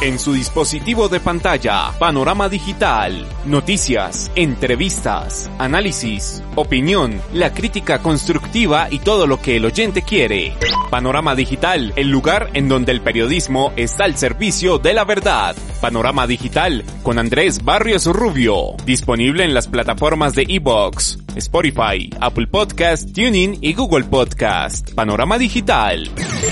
En su dispositivo de pantalla, Panorama Digital. Noticias, entrevistas, análisis, opinión, la crítica constructiva y todo lo que el oyente quiere. Panorama Digital, el lugar en donde el periodismo está al servicio de la verdad. Panorama Digital con Andrés Barrios Rubio. Disponible en las plataformas de iVoox, Spotify, Apple Podcast, TuneIn y Google Podcast. Panorama Digital.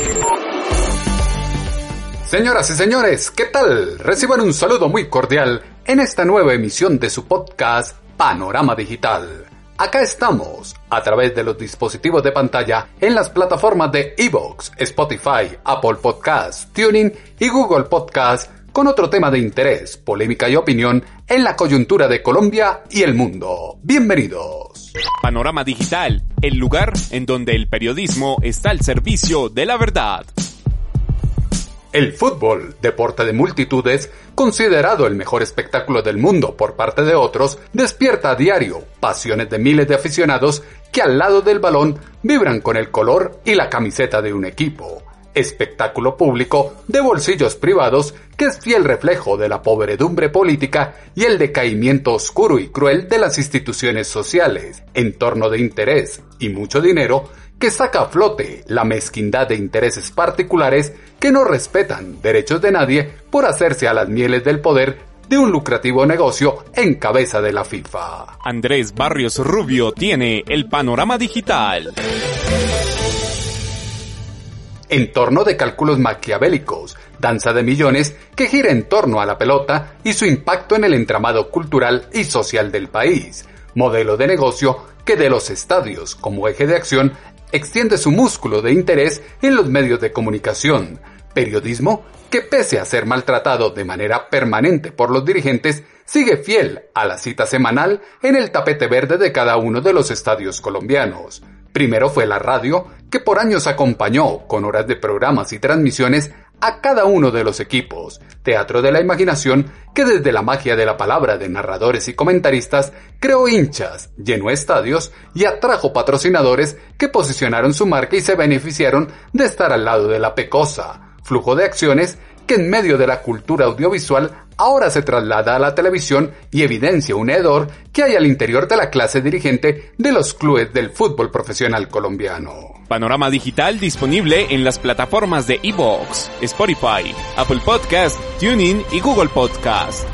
Señoras y señores, ¿qué tal? Reciban un saludo muy cordial en esta nueva emisión de su podcast Panorama Digital. Acá estamos, a través de los dispositivos de pantalla, en las plataformas de iVoox, Spotify, Apple Podcast, TuneIn y Google Podcast, con otro tema de interés, polémica y opinión en la coyuntura de Colombia y el mundo. Bienvenidos. Panorama Digital, el lugar en donde el periodismo está al servicio de la verdad. El fútbol, deporte de multitudes, considerado el mejor espectáculo del mundo por parte de otros, despierta a diario pasiones de miles de aficionados que al lado del balón vibran con el color y la camiseta de un equipo. Espectáculo público de bolsillos privados que es fiel reflejo de la podredumbre política y el decaimiento oscuro y cruel de las instituciones sociales, entorno de interés y mucho dinero que saca a flote la mezquindad de intereses particulares que no respetan derechos de nadie por hacerse a las mieles del poder de un lucrativo negocio en cabeza de la FIFA. Andrés Barrios Rubio tiene el Panorama Digital. Entorno de cálculos maquiavélicos, danza de millones que gira en torno a la pelota y su impacto en el entramado cultural y social del país. Modelo de negocio que de los estadios como eje de acción extiende su músculo de interés en los medios de comunicación. Periodismo que pese a ser maltratado de manera permanente por los dirigentes, sigue fiel a la cita semanal en el tapete verde de cada uno de los estadios colombianos. Primero fue la radio, que por años acompañó con horas de programas y transmisiones a cada uno de los equipos, teatro de la imaginación que desde la magia de la palabra de narradores y comentaristas creó hinchas, llenó estadios y atrajo patrocinadores que posicionaron su marca y se beneficiaron de estar al lado de la pecosa, flujo de acciones que en medio de la cultura audiovisual ahora se traslada a la televisión y evidencia un hedor que hay al interior de la clase dirigente de los clubes del fútbol profesional colombiano. Panorama Digital disponible en las plataformas de iVoox, Spotify, Apple Podcast, TuneIn y Google Podcast.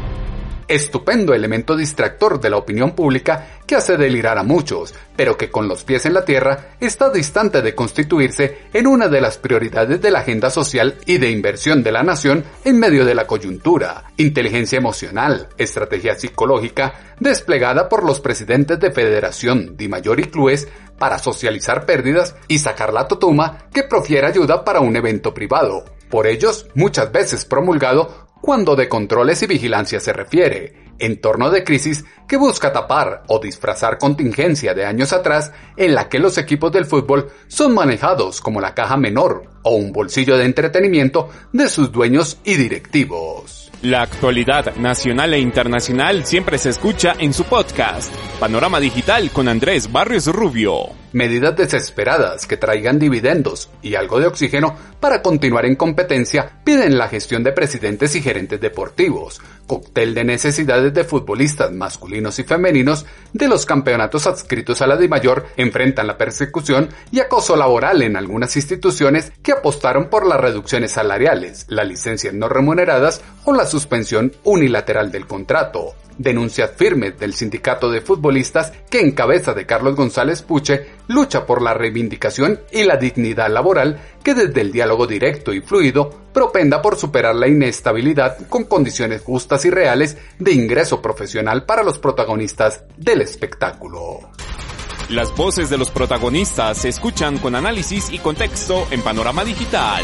Estupendo elemento distractor de la opinión pública que hace delirar a muchos, pero que con los pies en la tierra está distante de constituirse en una de las prioridades de la agenda social y de inversión de la nación en medio de la coyuntura, inteligencia emocional, estrategia psicológica desplegada por los presidentes de Federación, Dimayor y clubes para socializar pérdidas y sacar la totuma que profiere ayuda para un evento privado, por ellos muchas veces promulgado cuando de controles y vigilancia se refiere, entorno de crisis que busca tapar o disfrazar contingencia de años atrás en la que los equipos del fútbol son manejados como la caja menor o un bolsillo de entretenimiento de sus dueños y directivos. La actualidad nacional e internacional siempre se escucha en su podcast, Panorama Digital con Andrés Barrios Rubio. Medidas desesperadas que traigan dividendos y algo de oxígeno para continuar en competencia piden la gestión de presidentes y gerentes deportivos, cóctel de necesidades de futbolistas masculinos y femeninos de los campeonatos adscritos a la Dimayor enfrentan la persecución y acoso laboral en algunas instituciones que apostaron por las reducciones salariales, las licencias no remuneradas o la suspensión unilateral del contrato. Denuncias firmes del sindicato de futbolistas que en cabeza de Carlos González Puche lucha por la reivindicación y la dignidad laboral que desde el diálogo directo y fluido propenda por superar la inestabilidad con condiciones justas y reales de ingreso profesional para los protagonistas del espectáculo. Las voces de los protagonistas se escuchan con análisis y contexto en Panorama Digital.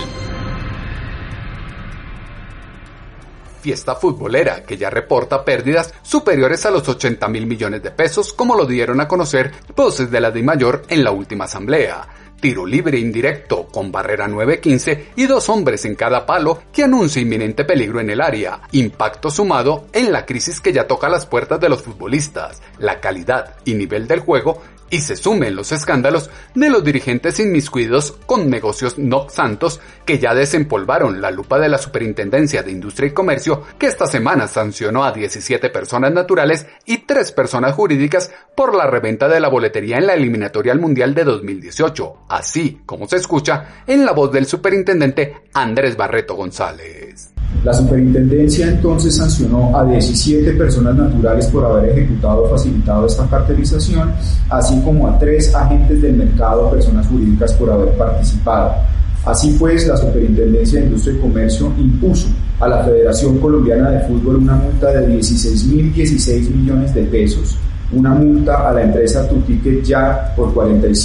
Fiesta futbolera que ya reporta pérdidas superiores a los 80.000 millones de pesos, como lo dieron a conocer voces de la Dimayor en la última asamblea. Tiro libre indirecto con barrera 9-15 y 2 hombres en cada palo que anuncia inminente peligro en el área. Impacto sumado en la crisis que ya toca las puertas de los futbolistas. La calidad y nivel del juego y se sumen los escándalos de los dirigentes inmiscuidos con negocios no santos que ya desempolvaron la lupa de la Superintendencia de Industria y Comercio, que esta semana sancionó a 17 personas naturales y 3 personas jurídicas por la reventa de la boletería en la eliminatoria al Mundial de 2018, así como se escucha en la voz del superintendente Andrés Barreto González. La superintendencia entonces sancionó a 17 personas naturales por haber ejecutado o facilitado esta cartelización, así como a 3 agentes del mercado, personas jurídicas, por haber participado. Así pues, la Superintendencia de Industria y Comercio impuso a la Federación Colombiana de Fútbol una multa de 16.016 millones de pesos, una multa a la empresa Tuticket Ya por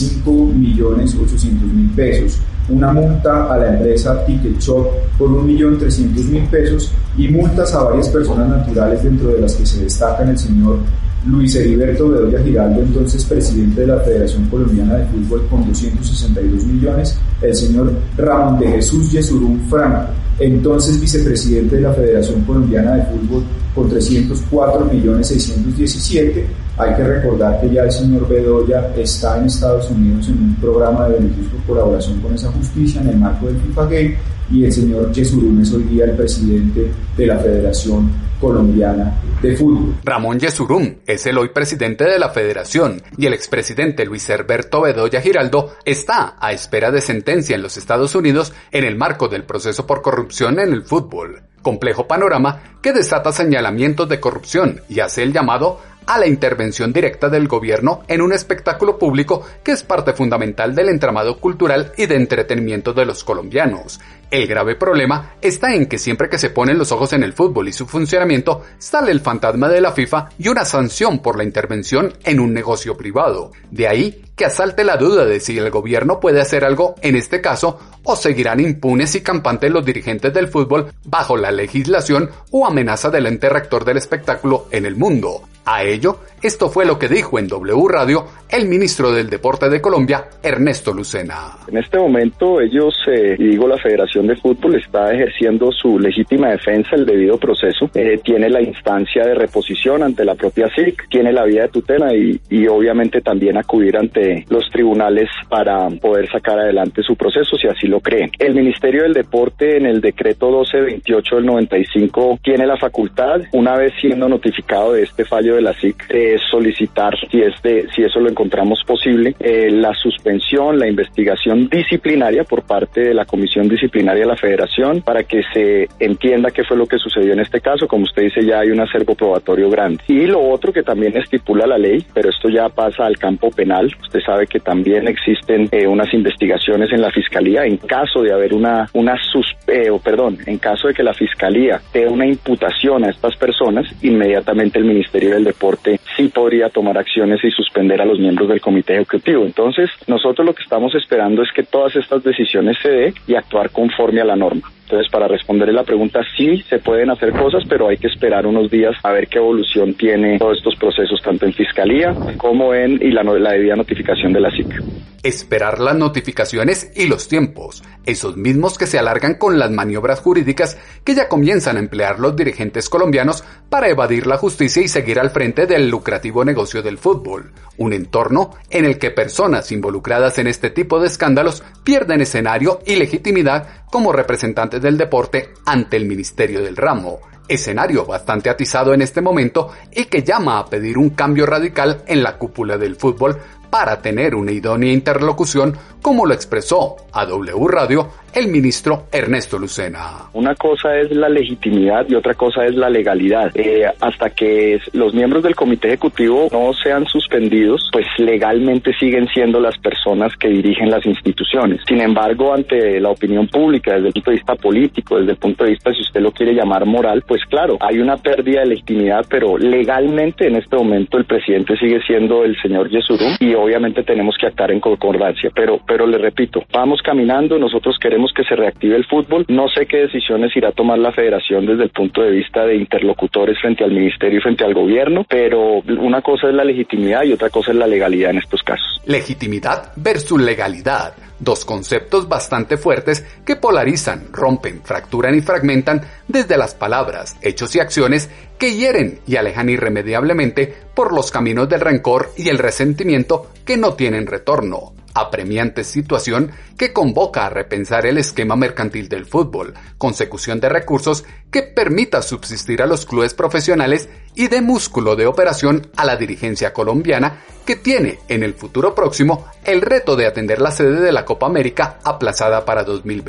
45.800.000 pesos, una multa a la empresa Ticket Shop por 1.300.000 pesos y multas a varias personas naturales, dentro de las que se destacan el señor Luis Heriberto Bedoya Giraldo, entonces presidente de la Federación Colombiana de Fútbol, con 262 millones, el señor Ramón de Jesús Yesurún Franco, entonces vicepresidente de la Federación Colombiana de Fútbol, con 304.617.000. Hay que recordar que ya el señor Bedoya está en Estados Unidos en un programa de beneficios por colaboración con esa justicia en el marco del FIFA Gate, y el señor Yesurún es hoy día el presidente de la Federación Colombiana de Fútbol. Ramón Yesurún es el hoy presidente de la Federación, y el expresidente Luis Herberto Bedoya Giraldo está a espera de sentencia en los Estados Unidos en el marco del proceso por corrupción en el fútbol. Complejo panorama que desata señalamientos de corrupción y hace el llamado a la intervención directa del gobierno en un espectáculo público que es parte fundamental del entramado cultural y de entretenimiento de los colombianos. El grave problema está en que siempre que se ponen los ojos en el fútbol y su funcionamiento, sale el fantasma de la FIFA y una sanción por la intervención en un negocio privado. De ahí que asalte la duda de si el gobierno puede hacer algo en este caso, o seguirán impunes y campantes los dirigentes del fútbol bajo la legislación o amenaza del ente rector del espectáculo en el mundo. A ello, esto fue lo que dijo en W Radio el ministro del Deporte de Colombia, Ernesto Lucena. En este momento ellos, la Federación de Fútbol está ejerciendo su legítima defensa, el debido proceso, tiene la instancia de reposición ante la propia SIC, tiene la vía de tutela y obviamente también acudir ante los tribunales para poder sacar adelante su proceso si así lo creen. El Ministerio del Deporte, en el decreto 1228 del 95, tiene la facultad, una vez siendo notificado de este fallo de la SIC, de solicitar, si eso lo encontramos posible, la suspensión, la investigación disciplinaria por parte de la Comisión Disciplinaria de la Federación, para que se entienda qué fue lo que sucedió en este caso. Como usted dice, ya hay un acervo probatorio grande. Y lo otro que también estipula la ley, pero esto ya pasa al campo penal. Usted sabe que también existen unas investigaciones en la Fiscalía en caso de haber en caso de que la Fiscalía dé una imputación a estas personas, inmediatamente el Ministerio del Deporte sí podría tomar acciones y suspender a los miembros del comité ejecutivo. Entonces, nosotros lo que estamos esperando es que todas estas decisiones se den y actuar conforme a la norma. Entonces, para responderle la pregunta, sí se pueden hacer cosas, pero hay que esperar unos días a ver qué evolución tiene todos estos procesos, tanto en Fiscalía como en la debida notificación de la SIC. Esperar las notificaciones y los tiempos, esos mismos que se alargan con las maniobras jurídicas que ya comienzan a emplear los dirigentes colombianos para evadir la justicia y seguir al frente del lucrativo negocio del fútbol. Un entorno en el que personas involucradas en este tipo de escándalos pierden escenario y legitimidad como representantes del deporte ante el Ministerio del Ramo. Escenario bastante atizado en este momento y que llama a pedir un cambio radical en la cúpula del fútbol para tener una idónea interlocución, como lo expresó a W Radio el ministro Ernesto Lucena. Una cosa es la legitimidad y otra cosa es la legalidad. Hasta que los miembros del comité ejecutivo no sean suspendidos, pues legalmente siguen siendo las personas que dirigen las instituciones. Sin embargo, ante la opinión pública, desde el punto de vista político, desde el punto de vista, si usted lo quiere llamar moral, pues claro, hay una pérdida de legitimidad, pero legalmente en este momento el presidente sigue siendo el señor Yesurún y obviamente tenemos que actuar en concordancia. Pero le repito, vamos caminando, nosotros queremos que se reactive el fútbol. No sé qué decisiones irá a tomar la federación desde el punto de vista de interlocutores frente al ministerio y frente al gobierno, pero una cosa es la legitimidad y otra cosa es la legalidad en estos casos. Legitimidad versus legalidad. dos conceptos bastante fuertes que polarizan, rompen, fracturan y fragmentan desde las palabras, hechos y acciones que hieren y alejan irremediablemente por los caminos del rencor y el resentimiento que no tienen retorno. Apremiante situación que convoca a repensar el esquema mercantil del fútbol, consecución de recursos que permita subsistir a los clubes profesionales y de músculo de operación a la dirigencia colombiana, que tiene en el futuro próximo el reto de atender la sede de la Copa América aplazada para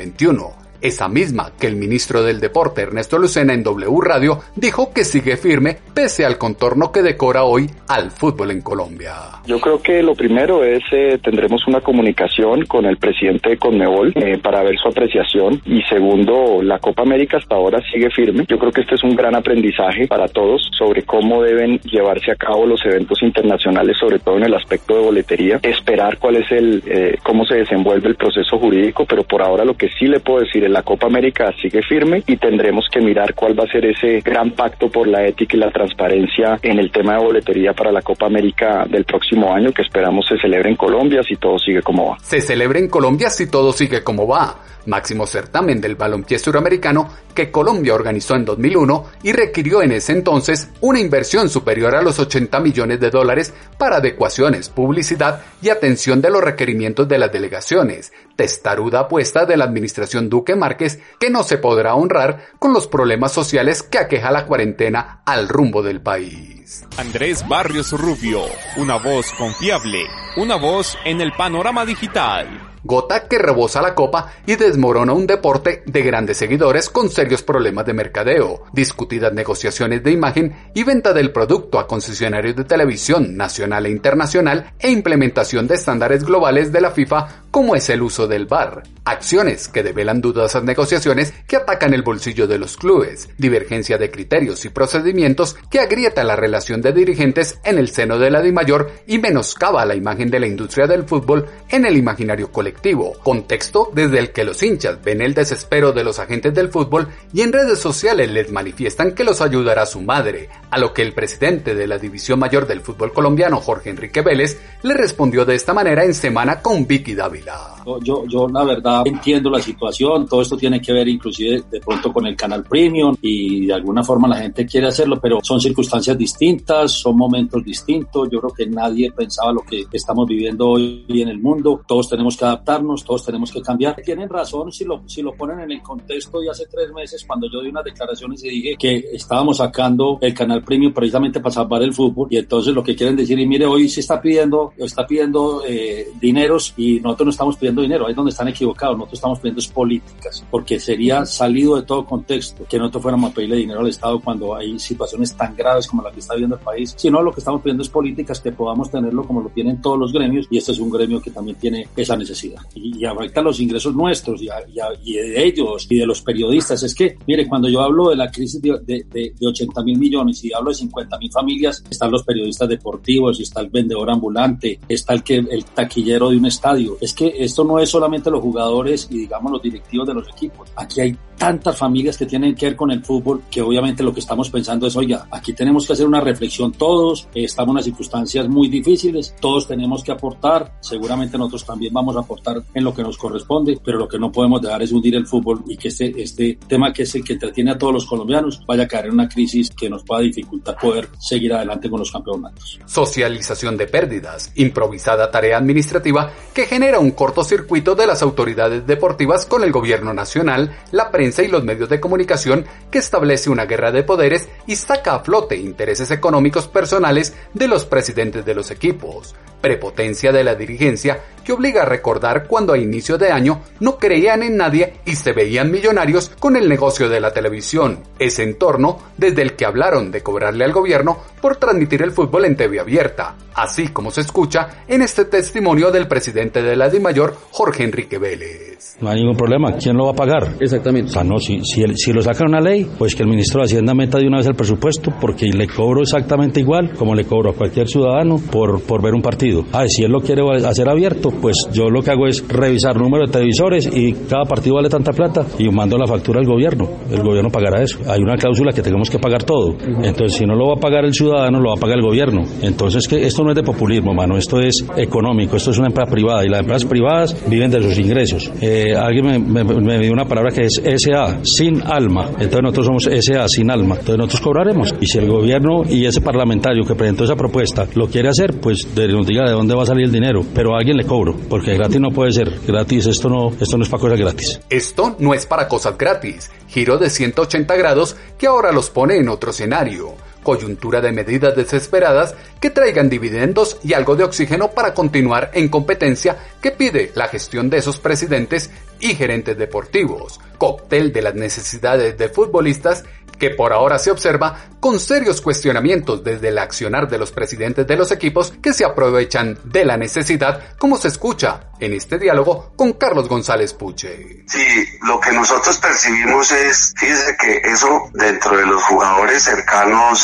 2021. Esa misma que el ministro del Deporte, Ernesto Lucena, en W Radio, dijo que sigue firme pese al contorno que decora hoy al fútbol en Colombia. Yo creo que lo primero es, tendremos una comunicación con el presidente de Conmebol para ver su apreciación, y segundo, la Copa América hasta ahora sigue firme. Yo creo que este es un gran aprendizaje para todos sobre cómo deben llevarse a cabo los eventos internacionales, sobre todo en el aspecto de boletería, esperar cuál es cómo se desenvuelve el proceso jurídico, pero por ahora lo que sí le puedo decir es la Copa América sigue firme y tendremos que mirar cuál va a ser ese gran pacto por la ética y la transparencia en el tema de boletería para la Copa América del próximo año, que esperamos se celebre en Colombia si todo sigue como va. Se celebre en Colombia si todo sigue como va. Máximo certamen del balompié suramericano que Colombia organizó en 2001 y requirió en ese entonces una inversión superior a los $80 millones para adecuaciones, publicidad y atención de los requerimientos de las delegaciones. Testaruda apuesta de la administración Duque Márquez que no se podrá honrar con los problemas sociales que aqueja la cuarentena al rumbo del país. Andrés Barrios Rubio, una voz confiable, una voz en el panorama digital. Gota que rebosa la copa y desmorona un deporte de grandes seguidores con serios problemas de mercadeo, discutidas negociaciones de imagen y venta del producto a concesionarios de televisión nacional e internacional e implementación de estándares globales de la FIFA como es el uso del VAR. Acciones que develan dudosas negociaciones que atacan el bolsillo de los clubes, divergencia de criterios y procedimientos que agrieta la relación de dirigentes en el seno de la DIMAYOR y menoscaba la imagen de la industria del fútbol en el imaginario colectivo. Contexto desde el que los hinchas ven el desespero de los agentes del fútbol y en redes sociales les manifiestan que los ayudará su madre, a lo que el presidente de la División Mayor del fútbol colombiano, Jorge Enrique Vélez, le respondió de esta manera en Semana con Vicky Dávila. Yo la verdad entiendo la situación, todo esto tiene que ver inclusive de pronto con el canal Premium y de alguna forma la gente quiere hacerlo, pero son circunstancias distintas, son momentos distintos. Yo creo que nadie pensaba lo que estamos viviendo hoy en el mundo. Todos tenemos que adaptarnos, todos tenemos que cambiar. Tienen razón si lo ponen en el contexto de hace 3 meses cuando yo di unas declaraciones y dije que estábamos sacando el canal Premium precisamente para salvar el fútbol, y entonces lo que quieren decir, y mire, hoy se está pidiendo dineros y nosotros no estamos pidiendo dinero, ahí es donde están equivocados. Nosotros estamos pidiendo políticas, porque sería salido de todo contexto que nosotros fuéramos a pedirle dinero al Estado cuando hay situaciones tan graves como la que está viviendo el país, sino lo que estamos pidiendo es políticas que podamos tenerlo como lo tienen todos los gremios, y este es un gremio que también tiene esa necesidad. Y afecta los ingresos nuestros y de ellos y de los periodistas. Es que, mire, cuando yo hablo de la crisis de 80.000 millones y hablo de 50.000 familias, están los periodistas deportivos, está el vendedor ambulante, está el taquillero de un estadio. Es que esto no es solamente los jugadores y digamos los directivos de los equipos. Aquí hay tantas familias que tienen que ver con el fútbol que obviamente lo que estamos pensando es, oiga, aquí tenemos que hacer una reflexión todos, estamos en unas circunstancias muy difíciles, todos tenemos que aportar, seguramente nosotros también vamos a aportar en lo que nos corresponde, pero lo que no podemos dejar es hundir el fútbol y que este tema que es el que entretiene a todos los colombianos vaya a caer en una crisis que nos pueda dificultar poder seguir adelante con los campeonatos. Socialización de pérdidas, improvisada tarea administrativa que genera un cortocircuito de las autoridades deportivas con el gobierno nacional, la prensa y los medios de comunicación, que establece una guerra de poderes y saca a flote intereses económicos personales de los presidentes de los equipos. Prepotencia de la dirigencia que obliga a recordar cuando a inicio de año no creían en nadie y se veían millonarios con el negocio de la televisión, ese entorno desde el que hablaron de cobrarle al gobierno por transmitir el fútbol en TV abierta, así como se escucha en este testimonio del presidente de la DIMAYOR, Jorge Enrique Vélez. No hay ningún problema, ¿quién lo va a pagar? Exactamente. O sea, no, si lo saca una ley, pues que el ministro de Hacienda meta de una vez el presupuesto, porque le cobro exactamente igual como le cobro a cualquier ciudadano por ver un partido. partido. Si él lo quiere hacer abierto, pues yo lo que hago es revisar número de televisores y cada partido vale tanta plata y mando la factura al gobierno. El gobierno pagará eso. Hay una cláusula que tenemos que pagar todo. Entonces, si no lo va a pagar el ciudadano, lo va a pagar el gobierno. Entonces, que esto no es de populismo, mano. Esto es económico. Esto es una empresa privada y las empresas privadas viven de sus ingresos. Alguien me dio una palabra que es SA, sin alma. Entonces, nosotros somos SA, sin alma. Entonces, nosotros cobraremos. Y si el gobierno y ese parlamentario que presentó esa propuesta lo quiere hacer, pues nos diga de dónde va a salir el dinero. Pero a alguien le cobro, porque gratis no puede ser. Gratis, esto no es para cosas gratis. Esto no es para cosas gratis. Giro de 180 grados que ahora los pone en otro escenario. Coyuntura de medidas desesperadas que traigan dividendos y algo de oxígeno para continuar en competencia que pide la gestión de esos presidentes y gerentes deportivos. Cóctel de las necesidades de futbolistas que por ahora se observa con serios cuestionamientos desde el accionar de los presidentes de los equipos que se aprovechan de la necesidad, como se escucha en este diálogo con Carlos González Puche. Sí, lo que nosotros percibimos es, fíjese que eso dentro de los jugadores cercanos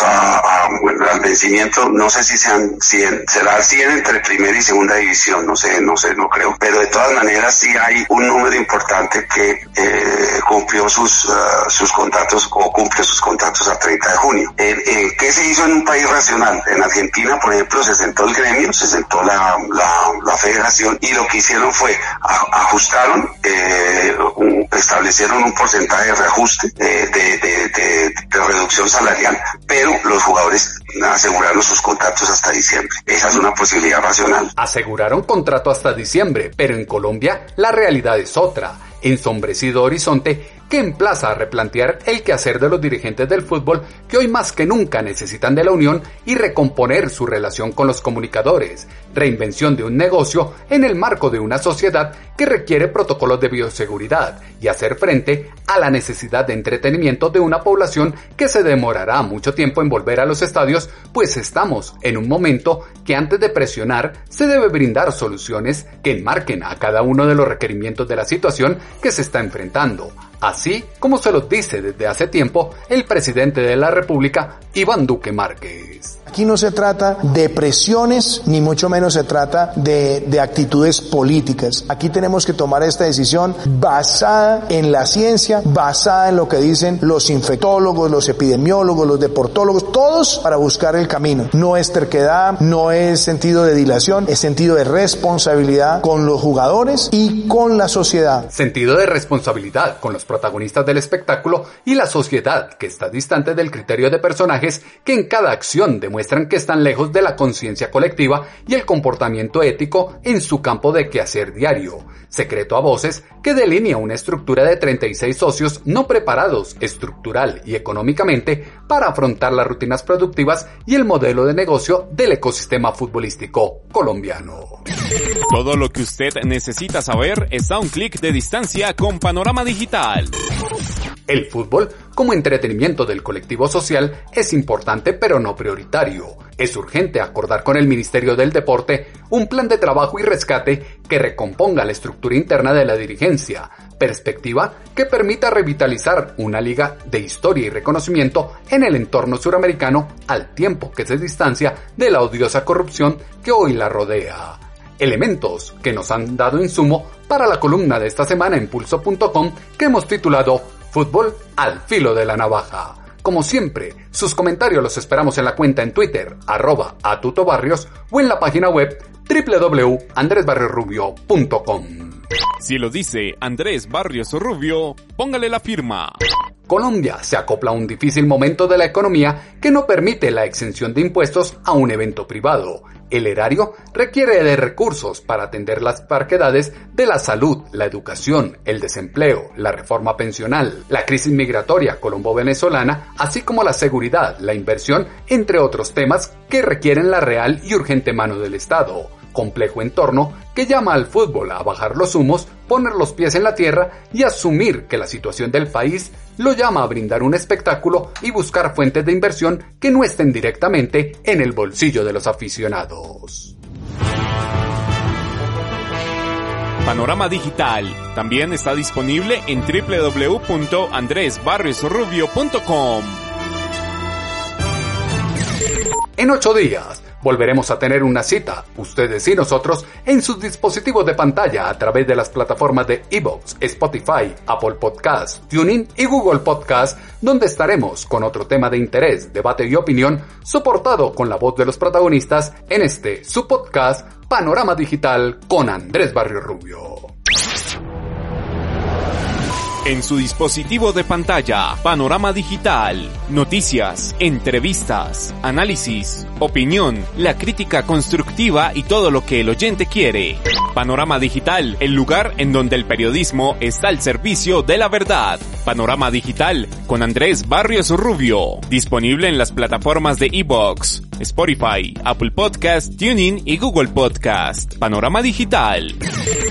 al vencimiento, no sé si sean 100, será 100 entre primera y segunda división, no sé, no creo, pero de todas maneras sí hay un número importante que cumplió sus contratos o cumple sus contratos a 30 de junio. ¿Qué se hizo en un país racional? En Argentina, por ejemplo, se sentó el gremio, se sentó la federación y lo que hicieron fue ajustaron, establecieron un porcentaje de reajuste de reducción salarial, pero los jugadores aseguraron sus contratos hasta diciembre. Esa es una posibilidad racional. Aseguraron contrato hasta diciembre, pero en Colombia la realidad es otra. Ensombrecido horizonte que emplaza a replantear el quehacer de los dirigentes del fútbol que hoy más que nunca necesitan de la unión y recomponer su relación con los comunicadores, reinvención de un negocio en el marco de una sociedad que requiere protocolos de bioseguridad y hacer frente a la necesidad de entretenimiento de una población que se demorará mucho tiempo en volver a los estadios, pues estamos en un momento que antes de presionar se debe brindar soluciones que enmarquen a cada uno de los requerimientos de la situación que se está enfrentando. Así como se los dice desde hace tiempo el presidente de la República, Iván Duque Márquez. Aquí no se trata de presiones, ni mucho menos se trata de actitudes políticas. Aquí tenemos que tomar esta decisión basada en la ciencia, basada en lo que dicen los infectólogos, los epidemiólogos, los deportólogos, todos para buscar el camino. No es terquedad, no es sentido de dilación, es sentido de responsabilidad con los jugadores y con la sociedad. Sentido de responsabilidad con los protagonistas del espectáculo y la sociedad que está distante del criterio de personajes que en cada acción demuestran que están lejos de la conciencia colectiva y el comportamiento ético en su campo de quehacer diario. Secreto a voces que delinea una estructura de 36 socios no preparados estructural y económicamente para afrontar las rutinas productivas y el modelo de negocio del ecosistema futbolístico colombiano. Todo lo que usted necesita saber está a un clic de distancia con Panorama Digital. El fútbol, como entretenimiento del colectivo social, es importante pero no prioritario. Es urgente acordar con el Ministerio del Deporte un plan de trabajo y rescate que recomponga la estructura interna de la dirigencia, perspectiva que permita revitalizar una liga de historia y reconocimiento en el entorno suramericano al tiempo que se distancia de la odiosa corrupción que hoy la rodea. Elementos que nos han dado insumo para la columna de esta semana en Pulso.com que hemos titulado Fútbol al filo de la navaja. Como siempre, sus comentarios los esperamos en la cuenta en Twitter, @atutobarrios o en la página web www.andresbarriosrubio.com. Si lo dice Andrés Barrios Rubio, póngale la firma. Colombia se acopla a un difícil momento de la economía que no permite la exención de impuestos a un evento privado. El erario requiere de recursos para atender las parquedades de la salud, la educación, el desempleo, la reforma pensional, la crisis migratoria colombo-venezolana, así como la seguridad, la inversión, entre otros temas que requieren la real y urgente mano del Estado. Complejo entorno que llama al fútbol a bajar los humos, poner los pies en la tierra y asumir que la situación del país lo llama a brindar un espectáculo y buscar fuentes de inversión que no estén directamente en el bolsillo de los aficionados. Panorama Digital también está disponible en www.andresbarriosrubio.com. En 8 días Volveremos a tener una cita, ustedes y nosotros, en sus dispositivos de pantalla a través de las plataformas de iVoox, Spotify, Apple Podcasts, TuneIn y Google Podcasts, donde estaremos con otro tema de interés, debate y opinión, soportado con la voz de los protagonistas en este, su podcast, Panorama Digital con Andrés Barrio Rubio. En su dispositivo de pantalla, Panorama Digital, noticias, entrevistas, análisis, opinión, la crítica constructiva y todo lo que el oyente quiere. Panorama Digital, el lugar en donde el periodismo está al servicio de la verdad. Panorama Digital con Andrés Barrios Rubio, disponible en las plataformas de iVoox, Spotify, Apple Podcast, TuneIn y Google Podcast. Panorama Digital.